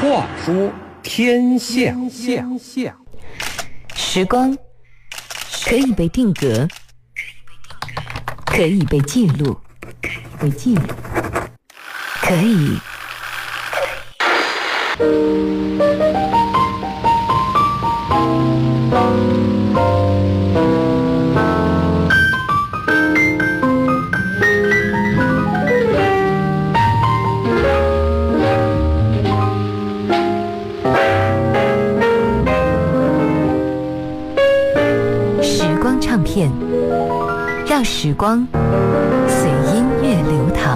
话说天下， 时光可以被定格，可以被记录，可以时光唱片，让时光随音乐流淌。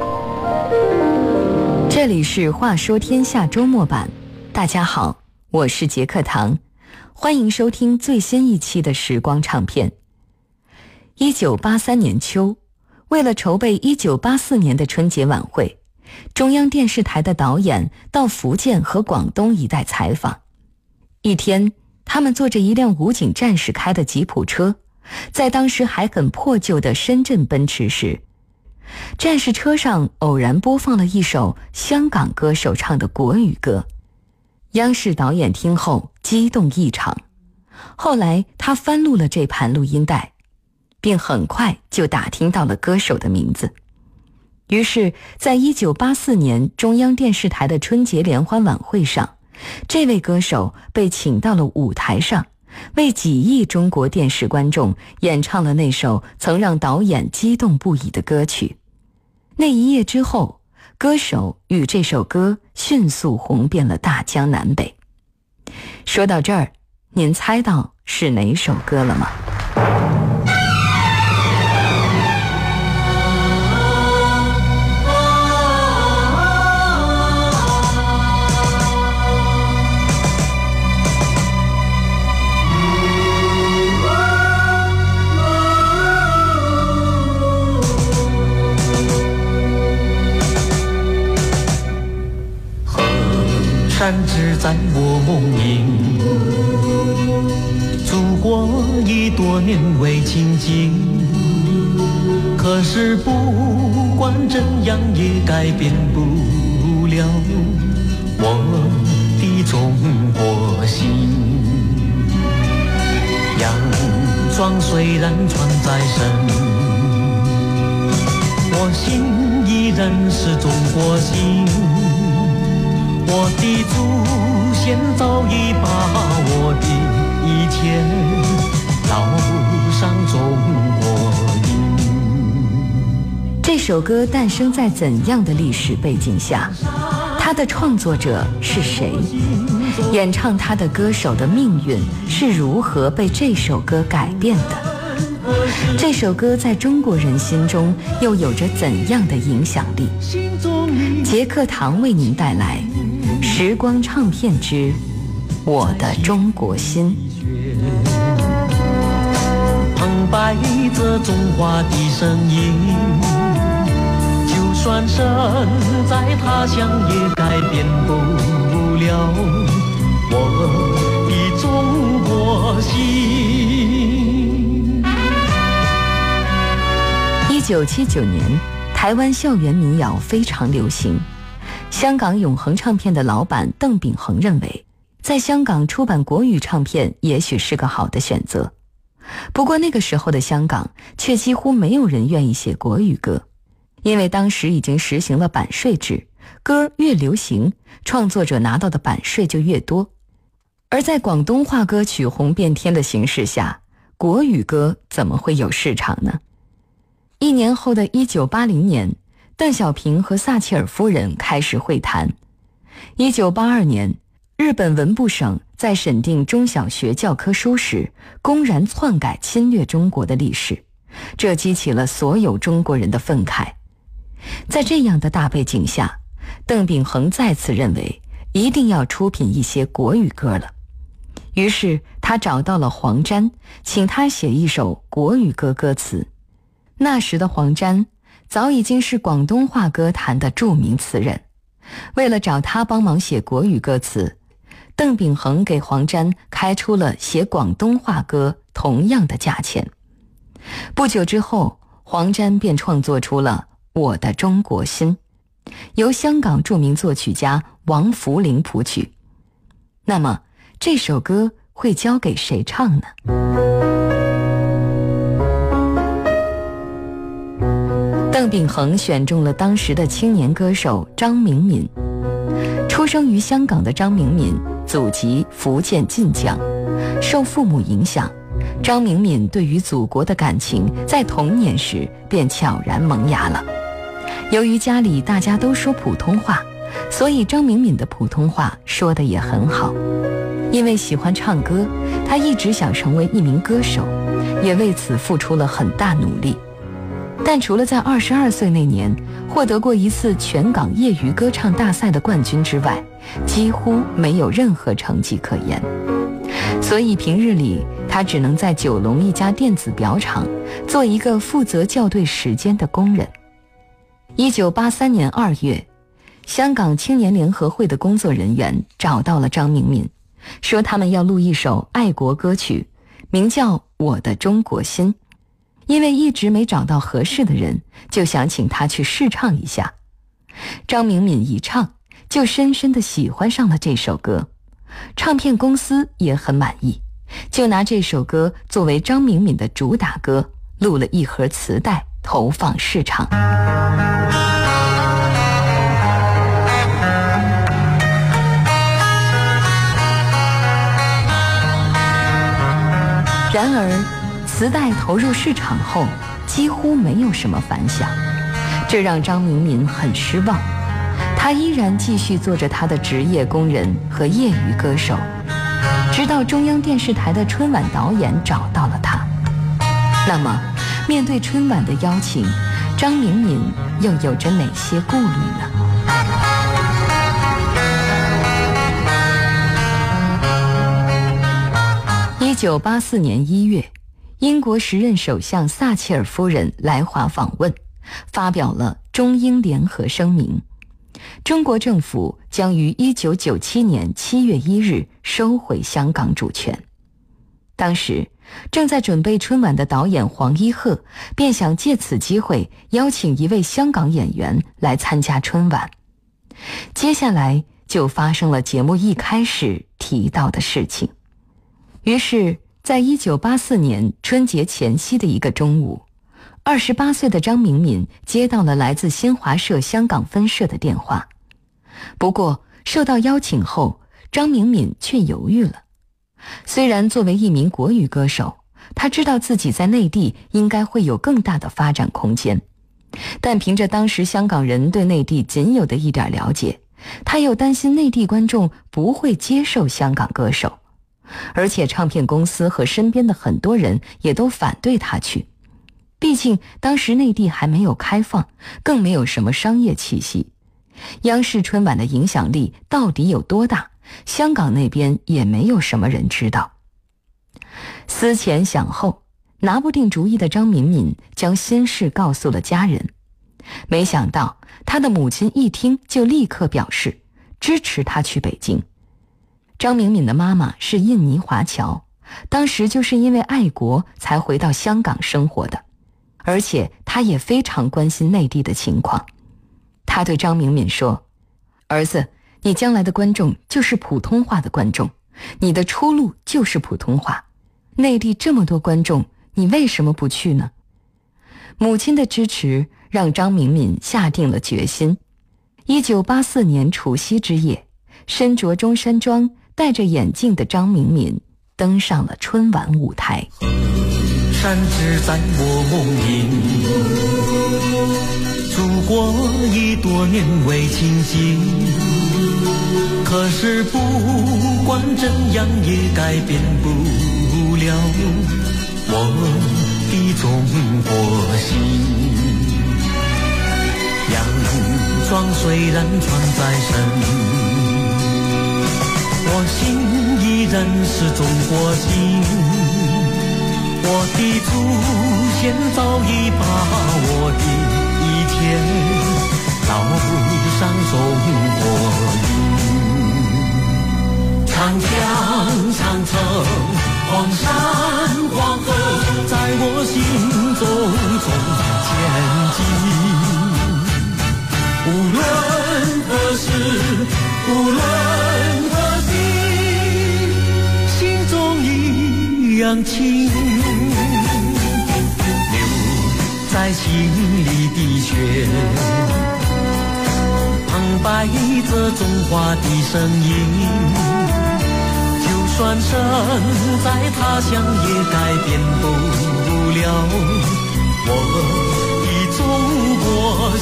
这里是话说天下周末版，大家好，我是杰克唐，欢迎收听最新一期的时光唱片。1983年秋，为了筹备1984年的春节晚会，中央电视台的导演到福建和广东一带采访。一天，他们坐着一辆武警战士开的吉普车，在当时还很破旧的深圳奔驰时，战士车上偶然播放了一首香港歌手唱的国语歌。央视导演听后激动异常，后来他翻录了这盘录音带，并很快就打听到了歌手的名字。于是在1984年中央电视台的春节联欢晚会上，这位歌手被请到了舞台上，为几亿中国电视观众演唱了那首曾让导演激动不已的歌曲。那一夜之后，歌手与这首歌迅速红遍了大江南北。说到这儿，您猜到是哪首歌了吗？ 山只在我梦萦，祖国已多年未亲近，可是不管怎样也改变不了我的中国心。洋装虽然穿在身，我心依然是中国心。我的祖先早已把我的一切烙上中国印。 这首歌诞生在怎样的历史背景下？它的创作者是谁？演唱它的歌手的命运是如何被这首歌改变的？这首歌在中国人心中又有着怎样的影响力？杰克唐为您带来时光唱片之我的中国心。 澎湃着中华的声音，就算身在他乡也改变不了我的中国心。 1979年，台湾校园民谣非常流行。香港永恒唱片的老板邓秉恒认为，在香港出版国语唱片也许是个好的选择。不过那个时候的香港却几乎没有人愿意写国语歌，因为当时已经实行了版税制，歌越流行，创作者拿到的版税就越多。而在广东话歌曲红遍天的形势下，国语歌怎么会有市场呢？1年后的1980年，邓小平和撒切尔夫人开始会谈。1982年，日本文部省在审定中小学教科书时，公然篡改侵略中国的历史，这激起了所有中国人的愤慨。在这样的大背景下，邓秉恒再次认为一定要出品一些国语歌了。于是他找到了黄沾，请他写一首国语歌歌词。那时的黄沾早已经是广东话歌坛的著名词人，为了找他帮忙写国语歌词，邓秉恒给黄沾开出了写广东话歌同样的价钱。不久之后，黄沾便创作出了《我的中国心》，由香港著名作曲家王福龄谱曲。那么这首歌会交给谁唱呢？邓秉恒选中了当时的青年歌手张明敏。出生于香港的张明敏祖籍福建晋江，受父母影响，张明敏对于祖国的感情在童年时便悄然萌芽了。由于家里大家都说普通话，所以张明敏的普通话说得也很好。因为喜欢唱歌，他一直想成为一名歌手，也为此付出了很大努力。但除了在22岁那年获得过一次全港业余歌唱大赛的冠军之外，几乎没有任何成绩可言。所以平日里他只能在九龙一家电子表厂做一个负责校对时间的工人。1983年2月，香港青年联合会的工作人员找到了张明敏，说他们要录一首爱国歌曲，名叫《我的中国心》。因为一直没找到合适的人，就想请他去试唱一下。张明敏一唱，就深深地喜欢上了这首歌，唱片公司也很满意，就拿这首歌作为张明敏的主打歌，录了一盒磁带投放市场。然而磁带投入市场后几乎没有什么反响，这让张明敏很失望。他依然继续做着他的职业工人和业余歌手，直到中央电视台的春晚导演找到了他。那么面对春晚的邀请，张明敏又有着哪些顾虑呢？1984年1月，英国时任首相撒切尔夫人来华访问，发表了中英联合声明。中国政府将于1997年7月1日收回香港主权。当时正在准备春晚的导演黄一鹤便想借此机会邀请一位香港演员来参加春晚。接下来就发生了节目一开始提到的事情。于是在1984年春节前夕的一个中午，28岁的张明敏接到了来自新华社香港分社的电话。不过受到邀请后，张明敏却犹豫了。虽然作为一名国语歌手，他知道自己在内地应该会有更大的发展空间，但凭着当时香港人对内地仅有的一点了解，他又担心内地观众不会接受香港歌手，而且唱片公司和身边的很多人也都反对他去。毕竟当时内地还没有开放，更没有什么商业气息。央视春晚的影响力到底有多大，香港那边也没有什么人知道。思前想后，拿不定主意的张明敏将心事告诉了家人。没想到他的母亲一听就立刻表示支持他去北京。张明敏的妈妈是印尼华侨，当时就是因为爱国才回到香港生活的，而且她也非常关心内地的情况。她对张明敏说：“儿子，你将来的观众就是普通话的观众，你的出路就是普通话。内地这么多观众，你为什么不去呢？”母亲的支持让张明敏下定了决心。1984年除夕之夜，身着中山装戴着眼镜的张明敏登上了春晚舞台。 山只在我梦里，祖国已多年未清醒，可是不管怎样也改变不了我的中国心。洋装虽然穿在身，我心依然是中国心。我的祖先早已把我的一天烙上中国印。长江长城黄山黄河在我心中前进，无论何时无论何地，心中一样情，留在心里的血，澎湃着中华的声音。就算身在他乡，也改变不了我的中国心。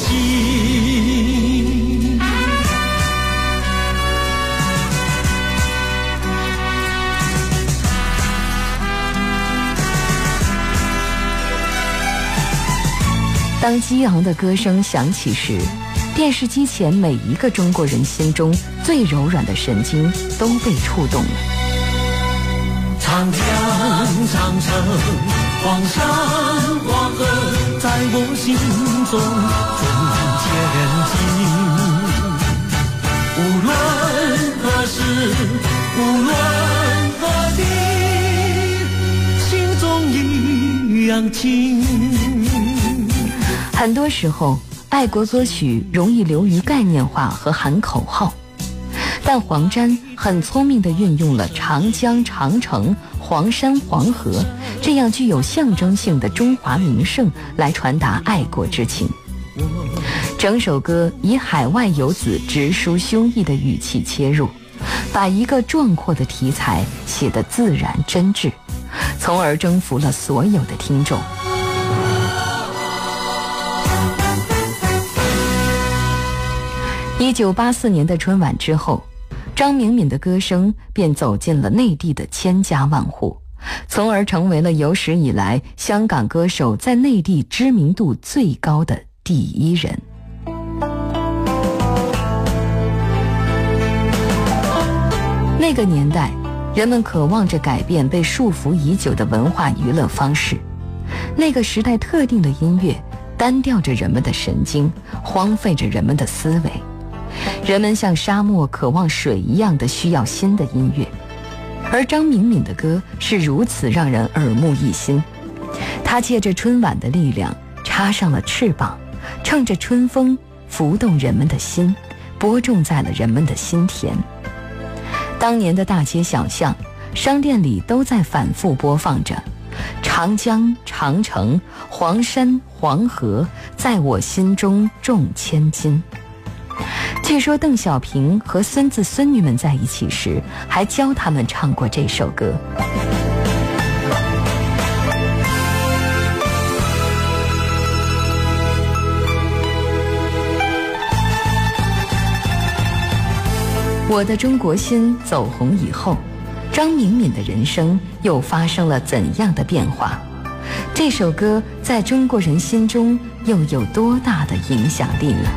当激昂的歌声响起时，电视机前每一个中国人心中最柔软的神经都被触动了。 长江、长城、黄山、黄河，在我心中逐渐近。无论何时，无论何地，心中一样亲。 很多时候，爱国歌曲容易流于概念化和喊口号，但黄沾很聪明地运用了长江、长城、黄山、黄河这样具有象征性的中华名胜来传达爱国之情。整首歌以海外游子直抒胸臆的语气切入，把一个壮阔的题材写得自然真挚，从而征服了所有的听众。1984年的春晚之后，张明敏的歌声便走进了内地的千家万户，从而成为了有史以来香港歌手在内地知名度最高的第一人。那个年代，人们渴望着改变被束缚已久的文化娱乐方式。那个时代特定的音乐单调着人们的神经，荒废着人们的思维。人们像沙漠渴望水一样的需要新的音乐，而张明敏的歌是如此让人耳目一新。他借着春晚的力量插上了翅膀，乘着春风拂动人们的心，播种在了人们的心田。当年的大街小巷、商店里都在反复播放着长江、长城、黄山、黄河，在我心中重千斤。据说邓小平和孙子孙女们在一起时，还教他们唱过这首歌。我的中国心走红以后，张明敏的人生又发生了怎样的变化？这首歌在中国人心中又有多大的影响力呢？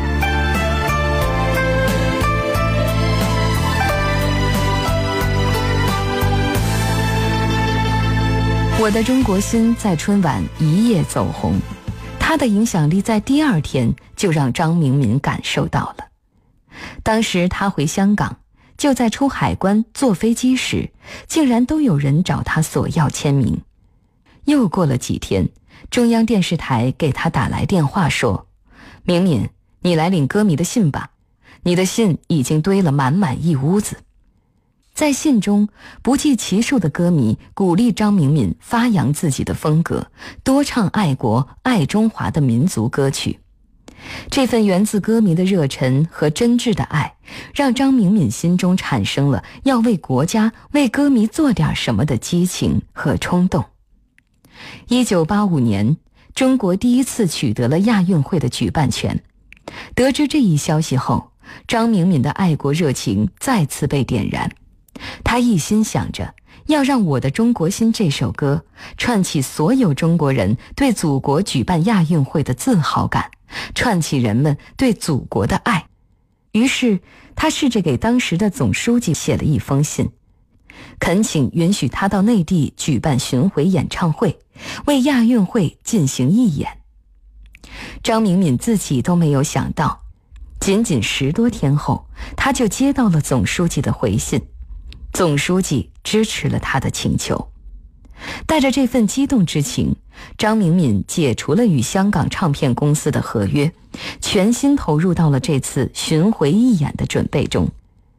我的中国心在春晚一夜走红，它的影响力在第二天就让张明敏感受到了。当时他回香港，就在出海关坐飞机时，竟然都有人找他索要签名。又过了几天，中央电视台给他打来电话说：“明敏，你来领歌迷的信吧，你的信已经堆了满满一屋子。”在信中，不计其数的歌迷鼓励张明敏发扬自己的风格，多唱爱国、爱中华的民族歌曲。这份源自歌迷的热忱和真挚的爱，让张明敏心中产生了要为国家、为歌迷做点什么的激情和冲动。1985年，中国第一次取得了亚运会的举办权。得知这一消息后，张明敏的爱国热情再次被点燃。他一心想着要让我的中国心这首歌串起所有中国人对祖国举办亚运会的自豪感，串起人们对祖国的爱。于是他试着给当时的总书记写了一封信，恳请允许他到内地举办巡回演唱会，为亚运会进行义演。张明敏自己都没有想到，仅仅10多天后，他就接到了总书记的回信。总书记支持了他的请求。带着这份激动之情，张明敏解除了与香港唱片公司的合约，全心投入到了这次巡回义演的准备中。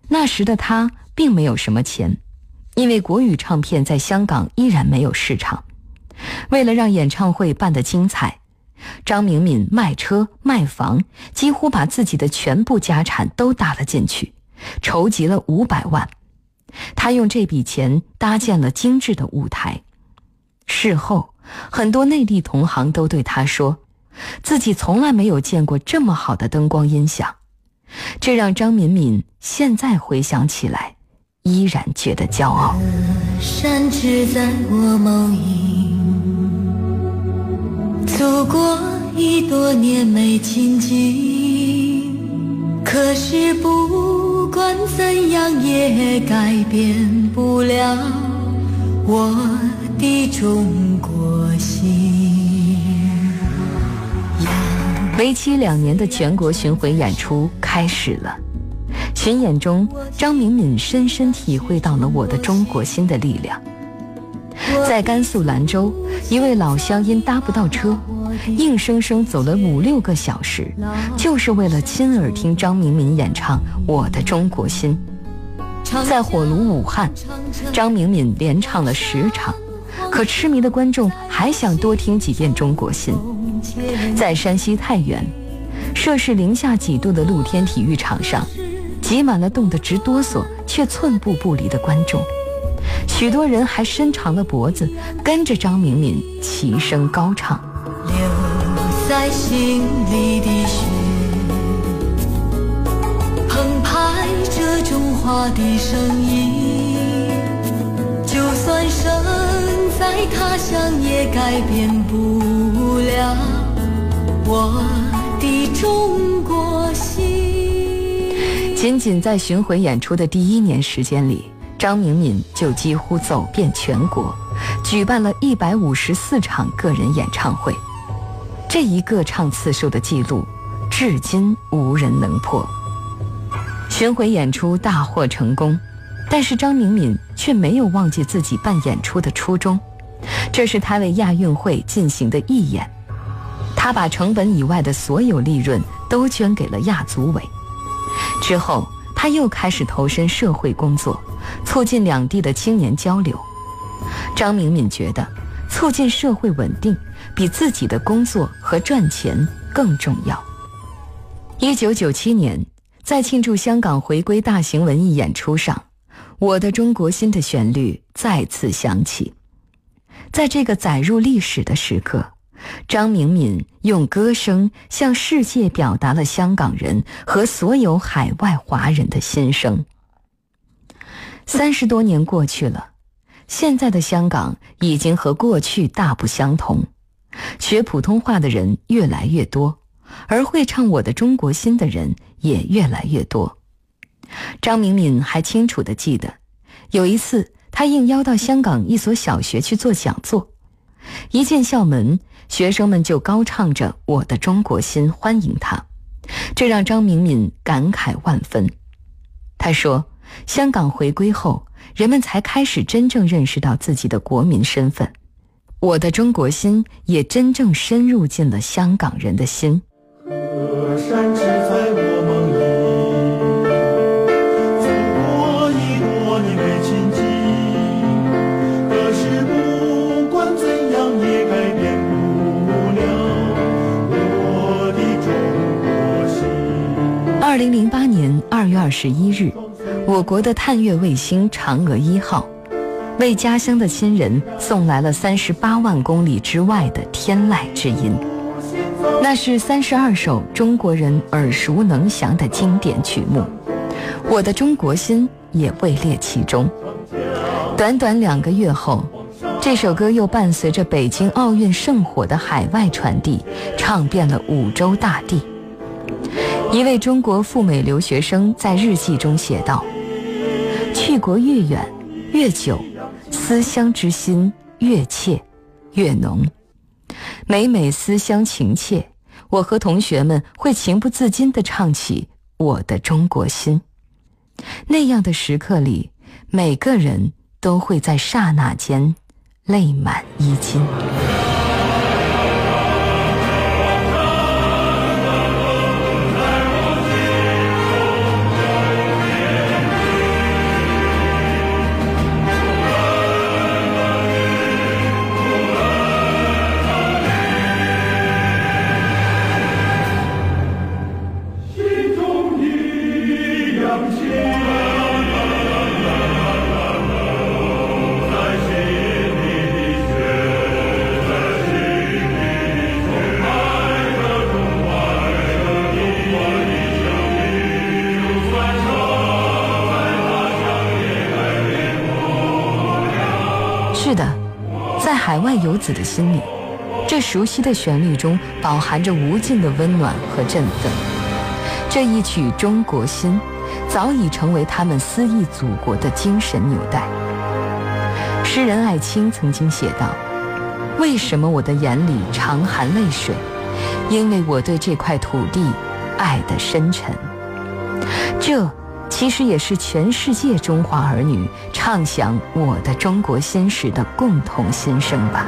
那时的他并没有什么钱，因为国语唱片在香港依然没有市场。为了让演唱会办得精彩，张明敏卖车卖房，几乎把自己的全部家产都搭了进去，筹集了500万。他用这笔钱搭建了精致的舞台。事后，很多内地同行都对他说，自己从来没有见过这么好的灯光音响。这让张敏敏现在回想起来，依然觉得骄傲。 山只在我眸影，走过一多年没亲近，可是不管怎样也改变不了我的中国心。 为期2年的全国巡回演出开始了。巡演中，张敏敏深深体会到了我的中国心的力量。在甘肃兰州，一位老乡因搭不到车，硬生生走了5、6个小时，就是为了亲耳听张敏敏演唱《我的中国心》。在火炉武汉，张敏敏连唱了10场，可痴迷的观众还想多听几遍《中国心》。在山西太原，摄氏零下几度的露天体育场上，挤满了冻得直哆嗦却寸步不离的观众，许多人还伸长了脖子跟着张敏敏齐声高唱。 留在心里的雪，澎湃着中华的声音，就算身在他乡也改变不了我的中国心。 仅仅在巡回演出的第1年时间里，张敏敏就几乎走遍全国，举办了154场个人演唱会。这一个唱次数的记录，至今无人能破。巡回演出大获成功，但是张敏敏却没有忘记自己办演出的初衷，这是他为亚运会进行的义演。他把成本以外的所有利润都捐给了亚组委。之后，他又开始投身社会工作，促进两地的青年交流。张敏敏觉得，促进社会稳定比自己的工作和赚钱更重要。1997年，在庆祝香港回归大型文艺演出上，我的中国心的旋律再次响起。在这个载入历史的时刻，张敏敏用歌声向世界表达了香港人和所有海外华人的心声。30多年过去了，现在的香港已经和过去大不相同，学普通话的人越来越多，而会唱我的中国心的人也越来越多。张敏敏还清楚地记得，有一次她应邀到香港一所小学去做讲座，一进校门，学生们就高唱着我的中国心欢迎她，这让张敏敏感慨万分。她说，香港回归后，人们才开始真正认识到自己的国民身份，我的中国心也真正深入进了香港人的心。 河山只在我梦里，走过一多年没亲近，可是不管怎样也改变不了我的中国心。 2008年2月21日，我国的探月卫星嫦娥1号为家乡的亲人送来了38万公里之外的天籁之音，那是32首中国人耳熟能详的经典曲目，我的中国心也位列其中。短短2个月后，这首歌又伴随着北京奥运圣火的海外传递，唱遍了5洲大地。一位中国赴美留学生在日记中写道，去国越远越久，思乡之心越切越浓。每每思乡情切，我和同学们会情不自禁地唱起我的中国心。那样的时刻里，每个人都会在刹那间泪满衣襟。 是的，在海外游子的心里，这熟悉的旋律中饱含着无尽的温暖和振奋。这一曲《中国心》早已成为他们思忆祖国的精神纽带。诗人艾青曾经写道：为什么我的眼里常含泪水？因为我对这块土地爱得深沉。这其实也是全世界中华儿女唱响我的中国心时的共同心声吧。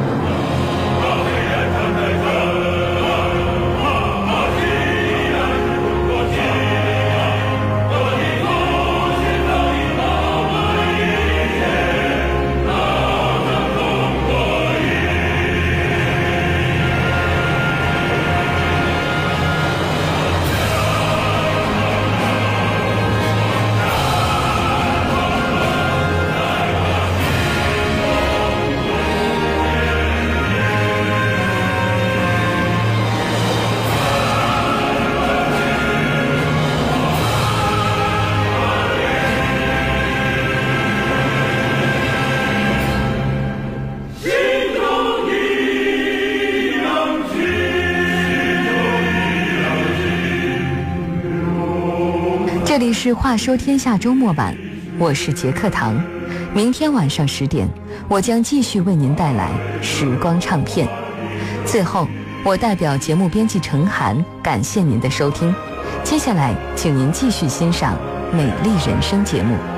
这里是话说天下周末版，我是杰克唐。明天晚上10点，我将继续为您带来时光唱片。最后，我代表节目编辑程涵感谢您的收听。接下来，请您继续欣赏《美丽人生》节目。